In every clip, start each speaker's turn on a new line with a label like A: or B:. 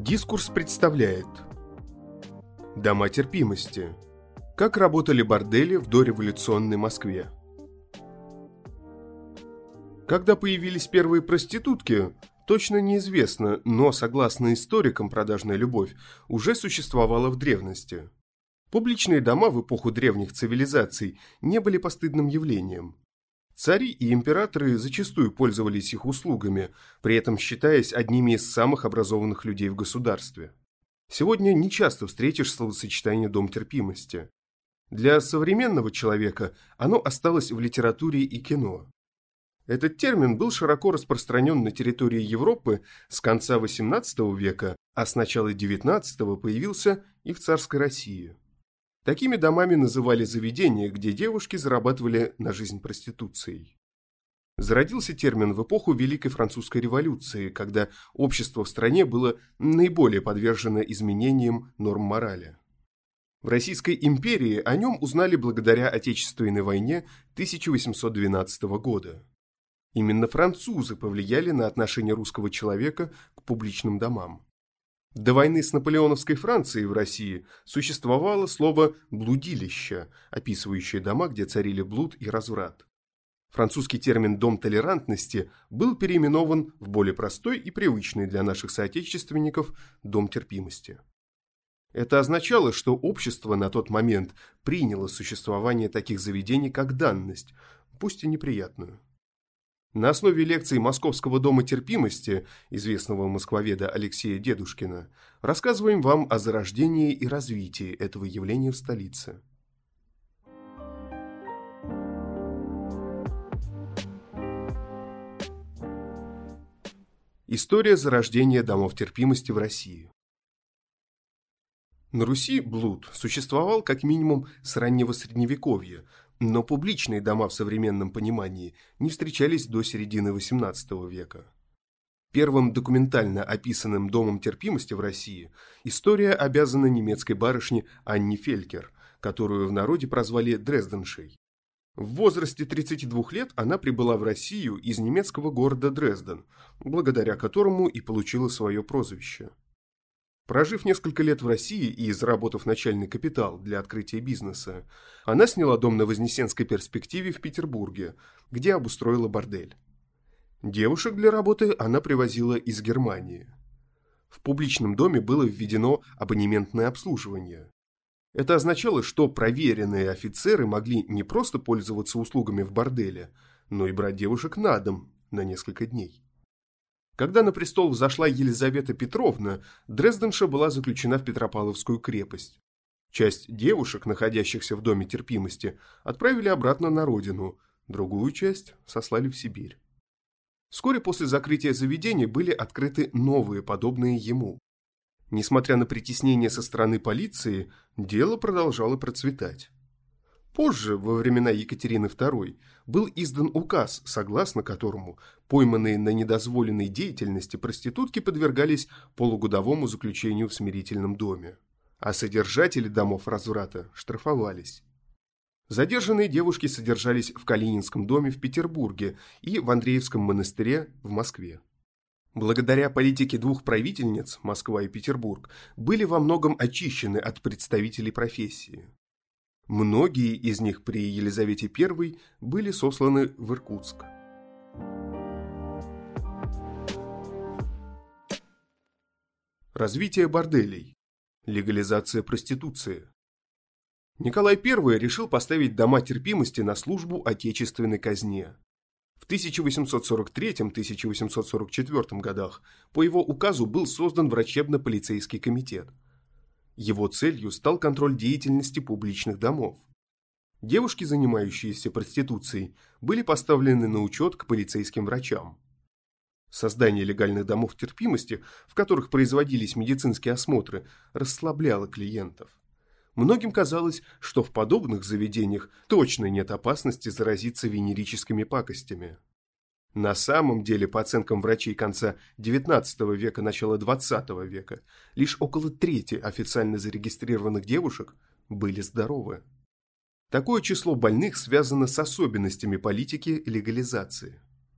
A: Дискурс представляет Дома терпимости. Как работали бордели в дореволюционной Москве. Когда появились первые проститутки, точно неизвестно, но, согласно историкам, продажная любовь уже существовала в древности. Публичные дома в эпоху древних цивилизаций не были постыдным явлением. Цари и императоры зачастую пользовались их услугами, при этом считаясь одними из самых образованных людей в государстве. Сегодня нечасто встретишь словосочетание «дом терпимости». Для современного человека оно осталось в литературе и кино. Этот термин был широко распространен на территории Европы с конца XVIII века, а с начала XIX появился и в царской России. Такими домами называли заведения, где девушки зарабатывали на жизнь проституцией. Зародился термин в эпоху Великой Французской революции, когда общество в стране было наиболее подвержено изменениям норм морали. В Российской империи о нем узнали благодаря Отечественной войне 1812 года. Именно французы повлияли на отношение русского человека к публичным домам. До войны с наполеоновской Францией в России существовало слово «блудилище», описывающее дома, где царили блуд и разврат. Французский термин «дом толерантности» был переименован в более простой и привычный для наших соотечественников «дом терпимости». Это означало, что общество на тот момент приняло существование таких заведений как данность, пусть и неприятную. На основе лекций Московского дома терпимости, известного москвоведа Алексея Дедушкина, рассказываем вам о зарождении и развитии этого явления в столице. История зарождения домов терпимости в России. На Руси блуд существовал как минимум с раннего Средневековья, но публичные дома в современном понимании не встречались до середины XVIII века. Первым документально описанным домом терпимости в России история обязана немецкой барышне Анне Фелькер, которую в народе прозвали Дрезденшей. В возрасте 32 лет она прибыла в Россию из немецкого города Дрезден, благодаря которому и получила свое прозвище. Прожив несколько лет в России и заработав начальный капитал для открытия бизнеса, она сняла дом на Вознесенской перспективе в Петербурге, где обустроила бордель. Девушек для работы она привозила из Германии. В публичном доме было введено абонементное обслуживание. Это означало, что проверенные офицеры могли не просто пользоваться услугами в борделе, но и брать девушек на дом на несколько дней. Когда на престол взошла Елизавета Петровна, Дрезденша была заключена в Петропавловскую крепость. Часть девушек, находящихся в доме терпимости, отправили обратно на родину, другую часть сослали в Сибирь. Вскоре после закрытия заведений были открыты новые, подобные ему. Несмотря на притеснение со стороны полиции, дело продолжало процветать. Позже, во времена Екатерины II, был издан указ, согласно которому пойманные на недозволенной деятельности проститутки подвергались полугодовому заключению в смирительном доме, а содержатели домов разврата штрафовались. Задержанные девушки содержались в Калининском доме в Петербурге и в Андреевском монастыре в Москве. Благодаря политике двух правительниц, Москва и Петербург, были во многом очищены от представителей профессии. Многие из них при Елизавете I были сосланы в Иркутск. Развитие борделей. Легализация проституции. Николай I решил поставить дома терпимости на службу отечественной казне. В 1843-1844 годах по его указу был создан врачебно-полицейский комитет. Его целью стал контроль деятельности публичных домов. Девушки, занимающиеся проституцией, были поставлены на учет к полицейским врачам. Создание легальных домов терпимости, в которых производились медицинские осмотры, расслабляло клиентов. Многим казалось, что в подобных заведениях точно нет опасности заразиться венерическими пакостями. На самом деле, по оценкам врачей конца XIX века, начала XX века, лишь около трети официально зарегистрированных девушек были здоровы. Такое число больных связано с особенностями политики легализации.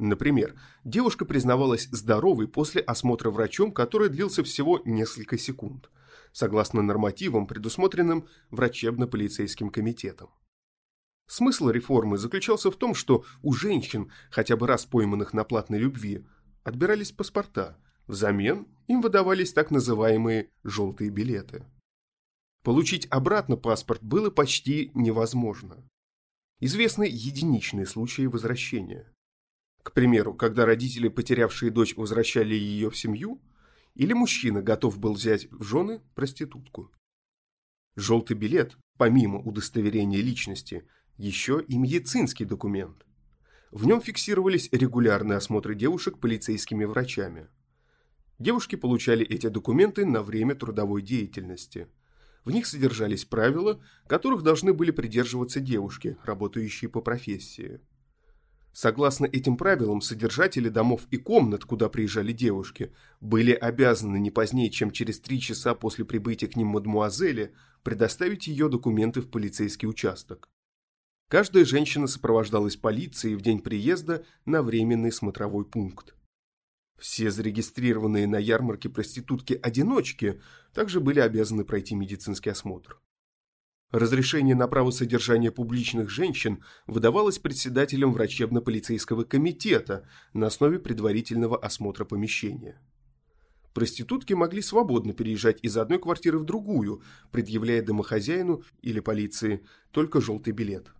A: Например, девушка признавалась здоровой после осмотра врачом, который длился всего несколько секунд, согласно нормативам, предусмотренным врачебно-полицейским комитетом. Смысл реформы заключался в том, что у женщин, хотя бы раз пойманных на платной любви, отбирались паспорта, взамен им выдавались так называемые «желтые билеты». Получить обратно паспорт было почти невозможно. Известны единичные случаи возвращения. К примеру, когда родители, потерявшие дочь, возвращали ее в семью, или мужчина готов был взять в жены проститутку. Желтый билет, помимо удостоверения личности, еще и медицинский документ. В нем фиксировались регулярные осмотры девушек полицейскими врачами. Девушки получали эти документы на время трудовой деятельности. В них содержались правила, которых должны были придерживаться девушки, работающие по профессии. Согласно этим правилам, содержатели домов и комнат, куда приезжали девушки, были обязаны не позднее, чем через 3 часа после прибытия к ним мадмуазели, предоставить ее документы в полицейский участок. Каждая женщина сопровождалась полицией в день приезда на временный смотровой пункт. Все зарегистрированные на ярмарке проститутки-одиночки также были обязаны пройти медицинский осмотр. Разрешение на право содержания публичных женщин выдавалось председателем врачебно-полицейского комитета на основе предварительного осмотра помещения. Проститутки могли свободно переезжать из одной квартиры в другую, предъявляя домохозяину или полиции только желтый билет.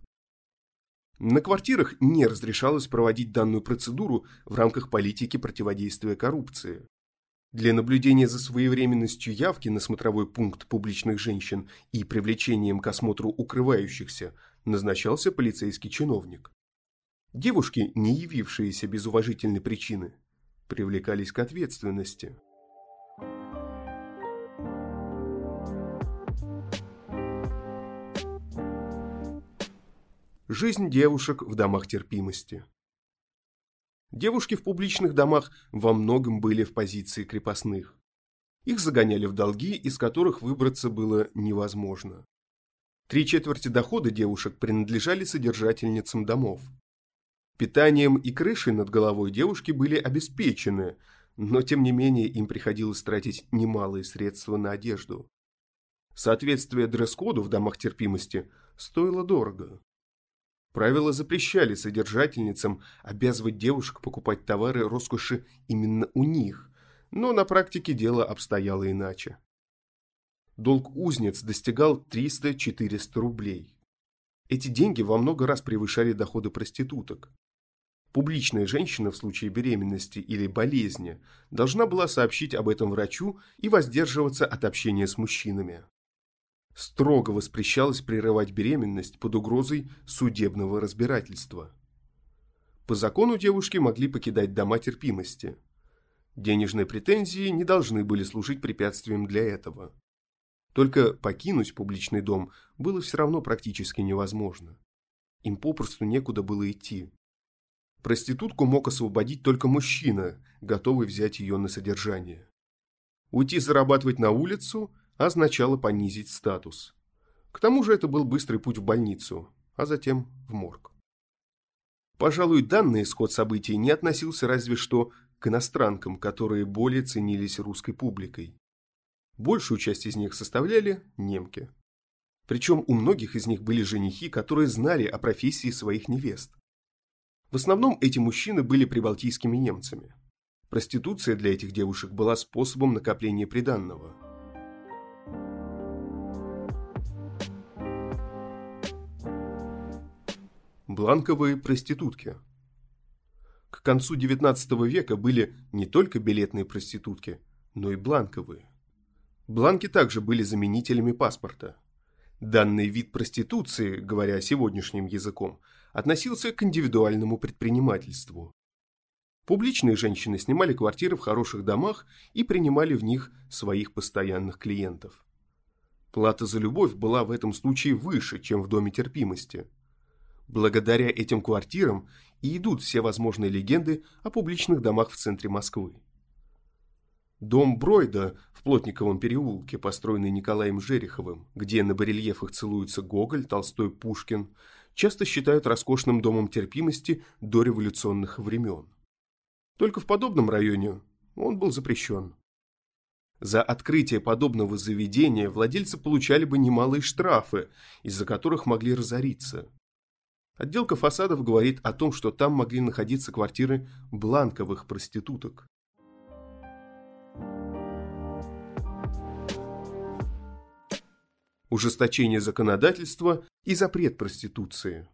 A: На квартирах не разрешалось проводить данную процедуру в рамках политики противодействия коррупции. Для наблюдения за своевременностью явки на смотровой пункт публичных женщин и привлечением к осмотру укрывающихся назначался полицейский чиновник. Девушки, не явившиеся без уважительной причины, привлекались к ответственности. Жизнь девушек в домах терпимости. Девушки в публичных домах во многом были в позиции крепостных. Их загоняли в долги, из которых выбраться было невозможно. 3/4 дохода девушек принадлежали содержательницам домов. Питанием и крышей над головой девушки были обеспечены, но тем не менее им приходилось тратить немалые средства на одежду. Соответствие дресс-коду в домах терпимости стоило дорого. Правила запрещали содержательницам обязывать девушек покупать товары роскоши именно у них, но на практике дело обстояло иначе. Долг узниц достигал 300-400 рублей. Эти деньги во много раз превышали доходы проституток. Публичная женщина в случае беременности или болезни должна была сообщить об этом врачу и воздерживаться от общения с мужчинами. Строго воспрещалось прерывать беременность под угрозой судебного разбирательства. По закону девушки могли покидать дома терпимости. Денежные претензии не должны были служить препятствием для этого. Только покинуть публичный дом было все равно практически невозможно. Им попросту некуда было идти. Проститутку мог освободить только мужчина, готовый взять ее на содержание. Уйти зарабатывать на улицу означало понизить статус. К тому же это был быстрый путь в больницу, а затем в морг. Пожалуй, данный исход событий не относился разве что к иностранкам, которые более ценились русской публикой. Большую часть из них составляли немки. Причем у многих из них были женихи, которые знали о профессии своих невест. В основном эти мужчины были прибалтийскими немцами. Проституция для этих девушек была способом накопления приданного. Бланковые проститутки. К концу XIX века были не только билетные проститутки, но и бланковые. Бланки также были заменителями паспорта. Данный вид проституции, говоря сегодняшним языком, относился к индивидуальному предпринимательству. Публичные женщины снимали квартиры в хороших домах и принимали в них своих постоянных клиентов. Плата за любовь была в этом случае выше, чем в доме терпимости. Благодаря этим квартирам и идут все возможные легенды о публичных домах в центре Москвы. Дом Бройда в Плотниковом переулке, построенный Николаем Жереховым, где на барельефах целуются Гоголь, Толстой, Пушкин, часто считают роскошным домом терпимости дореволюционных времен. Только в подобном районе он был запрещен. За открытие подобного заведения владельцы получали бы немалые штрафы, из-за которых могли разориться. Отделка фасадов говорит о том, что там могли находиться квартиры бланковых проституток. Ужесточение законодательства и запрет проституции.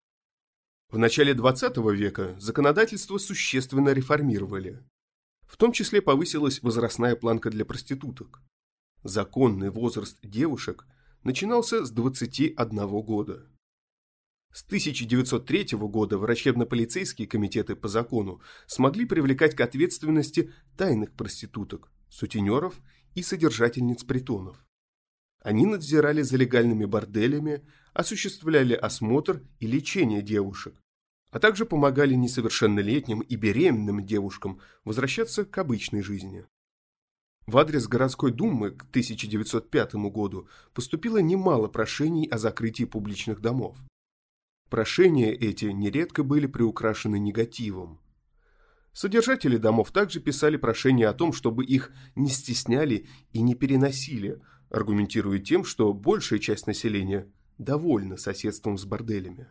A: В начале XX века законодательство существенно реформировали. В том числе повысилась возрастная планка для проституток. Законный возраст девушек начинался с 21 года. С 1903 года врачебно-полицейские комитеты по закону смогли привлекать к ответственности тайных проституток, сутенеров и содержательниц притонов. Они надзирали за легальными борделями, осуществляли осмотр и лечение девушек, а также помогали несовершеннолетним и беременным девушкам возвращаться к обычной жизни. В адрес городской думы к 1905 году поступило немало прошений о закрытии публичных домов. Прошения эти нередко были приукрашены негативом. Содержатели домов также писали прошения о том, чтобы их не стесняли и не переносили, аргументируя тем, что большая часть населения довольна соседством с борделями.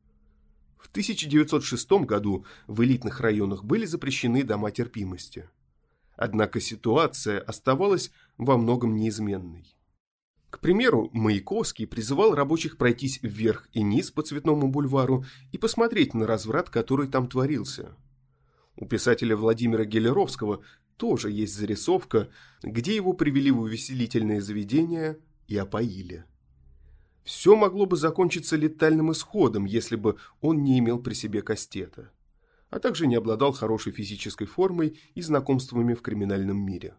A: В 1906 году в элитных районах были запрещены дома терпимости. Однако ситуация оставалась во многом неизменной. К примеру, Маяковский призывал рабочих пройтись вверх и низ по Цветному бульвару и посмотреть на разврат, который там творился. У писателя Владимира Гелеровского тоже есть зарисовка, где его привели в увеселительное заведение и опоили. Все могло бы закончиться летальным исходом, если бы он не имел при себе кастета, а также не обладал хорошей физической формой и знакомствами в криминальном мире.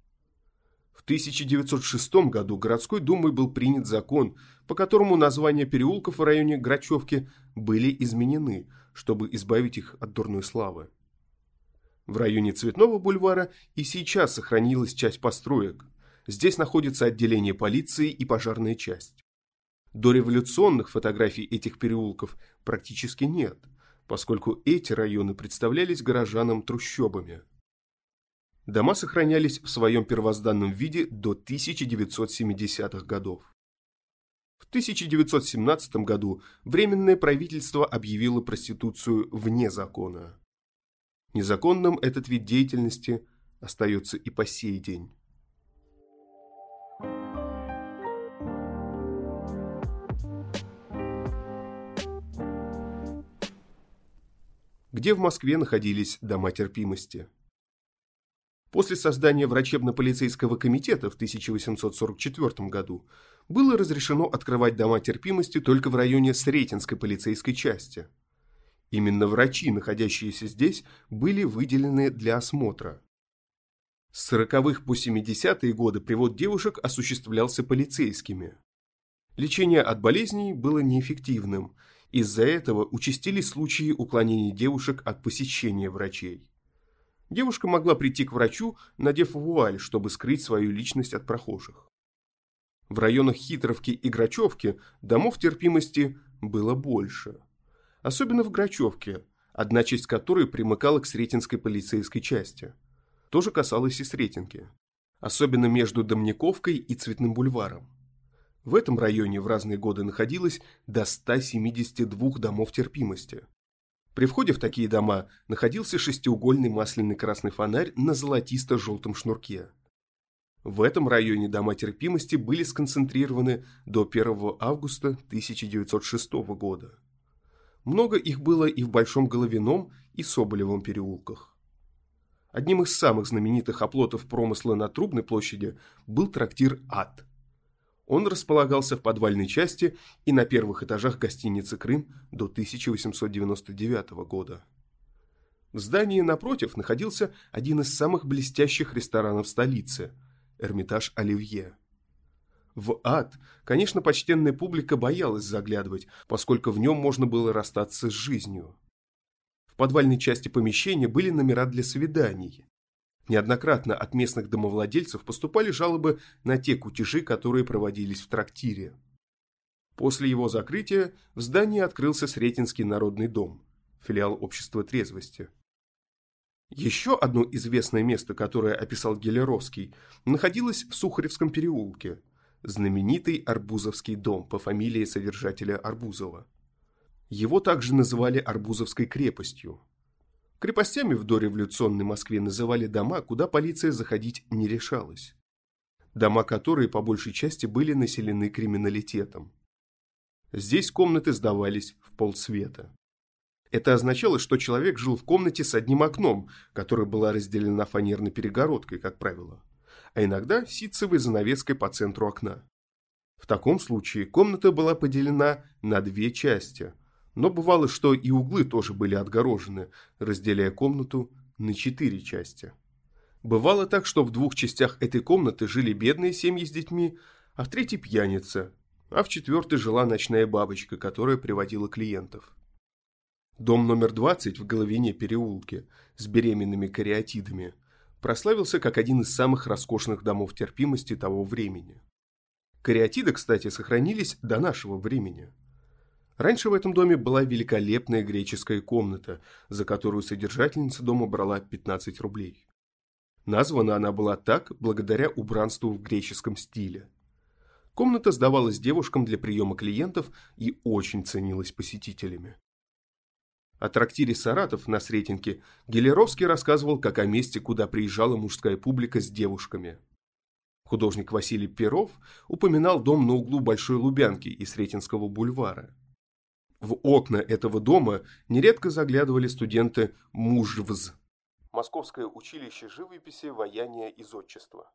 A: В 1906 году городской думой был принят закон, по которому названия переулков в районе Грачевки были изменены, чтобы избавить их от дурной славы. В районе Цветного бульвара и сейчас сохранилась часть построек. Здесь находится отделение полиции и пожарная часть. Дореволюционных фотографий этих переулков практически нет, поскольку эти районы представлялись горожанам трущобами. Дома сохранялись в своем первозданном виде до 1970-х годов. В 1917 году Временное правительство объявило проституцию вне закона. Незаконным этот вид деятельности остается и по сей день. Где в Москве находились дома терпимости? После создания врачебно-полицейского комитета в 1844 году было разрешено открывать дома терпимости только в районе Сретенской полицейской части. Именно врачи, находящиеся здесь, были выделены для осмотра. С 40-х по 70-е годы привод девушек осуществлялся полицейскими. Лечение от болезней было неэффективным. Из-за этого участились случаи уклонения девушек от посещения врачей. Девушка могла прийти к врачу, надев вуаль, чтобы скрыть свою личность от прохожих. В районах Хитровки и Грачевки домов терпимости было больше. Особенно в Грачевке, одна часть которой примыкала к Сретенской полицейской части. То же касалось и Сретенки. Особенно между Домниковкой и Цветным бульваром. В этом районе в разные годы находилось до 172 домов терпимости. При входе в такие дома находился шестиугольный масляный красный фонарь на золотисто-желтом шнурке. В этом районе дома терпимости были сконцентрированы до 1 августа 1906 года. Много их было и в Большом Головином и Соболевом переулках. Одним из самых знаменитых оплотов промысла на Трубной площади был трактир «Ад». Он располагался в подвальной части и на первых этажах гостиницы «Крым» до 1899 года. В здании напротив находился один из самых блестящих ресторанов столицы – Эрмитаж Оливье. В «Ад», конечно, почтенная публика боялась заглядывать, поскольку в нем можно было расстаться с жизнью. В подвальной части помещения были номера для свиданий. Неоднократно от местных домовладельцев поступали жалобы на те кутежи, которые проводились в трактире. После его закрытия в здании открылся Сретенский народный дом, филиал общества трезвости. Еще одно известное место, которое описал Гелеровский, находилось в Сухаревском переулке. Знаменитый Арбузовский дом по фамилии содержателя Арбузова. Его также называли Арбузовской крепостью. Крепостями в дореволюционной Москве называли дома, куда полиция заходить не решалась. Дома, которые по большей части были населены криминалитетом. Здесь комнаты сдавались в полсвета. Это означало, что человек жил в комнате с одним окном, которая была разделена фанерной перегородкой, как правило, а иногда ситцевой занавеской по центру окна. В таком случае комната была поделена на две части, но бывало, что и углы тоже были отгорожены, разделяя комнату на 4 части. Бывало так, что в 2 частях этой комнаты жили бедные семьи с детьми, а в 3 пьяница, а в 4 жила ночная бабочка, которая приводила клиентов. Дом номер 20 в Головине переулке с беременными кариатидами прославился как один из самых роскошных домов терпимости того времени. Кариатиды, кстати, сохранились до нашего времени. Раньше в этом доме была великолепная греческая комната, за которую содержательница дома брала 15 рублей. Названа она была так благодаря убранству в греческом стиле. Комната сдавалась девушкам для приема клиентов и очень ценилась посетителями. О трактире «Саратов» на Сретенке Гелеровский рассказывал как о месте, куда приезжала мужская публика с девушками. Художник Василий Перов упоминал дом на углу Большой Лубянки и Сретенского бульвара. В окна этого дома нередко заглядывали студенты МУЖВЗ – Московское училище живописи, ваяния и зодчества.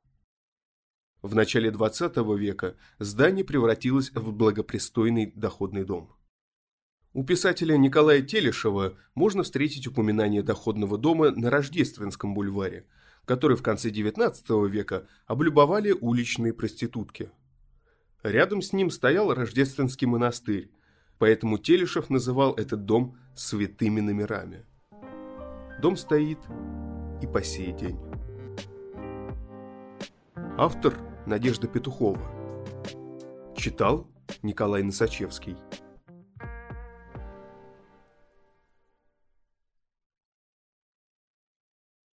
A: В начале XX века здание превратилось в благопристойный доходный дом. У писателя Николая Телешева можно встретить упоминание доходного дома на Рождественском бульваре, который в конце XIX века облюбовали уличные проститутки. Рядом с ним стоял Рождественский монастырь, поэтому Телешев называл этот дом святыми номерами. Дом стоит и по сей день. Автор Надежда Петухова. Читал Николай Носачевский.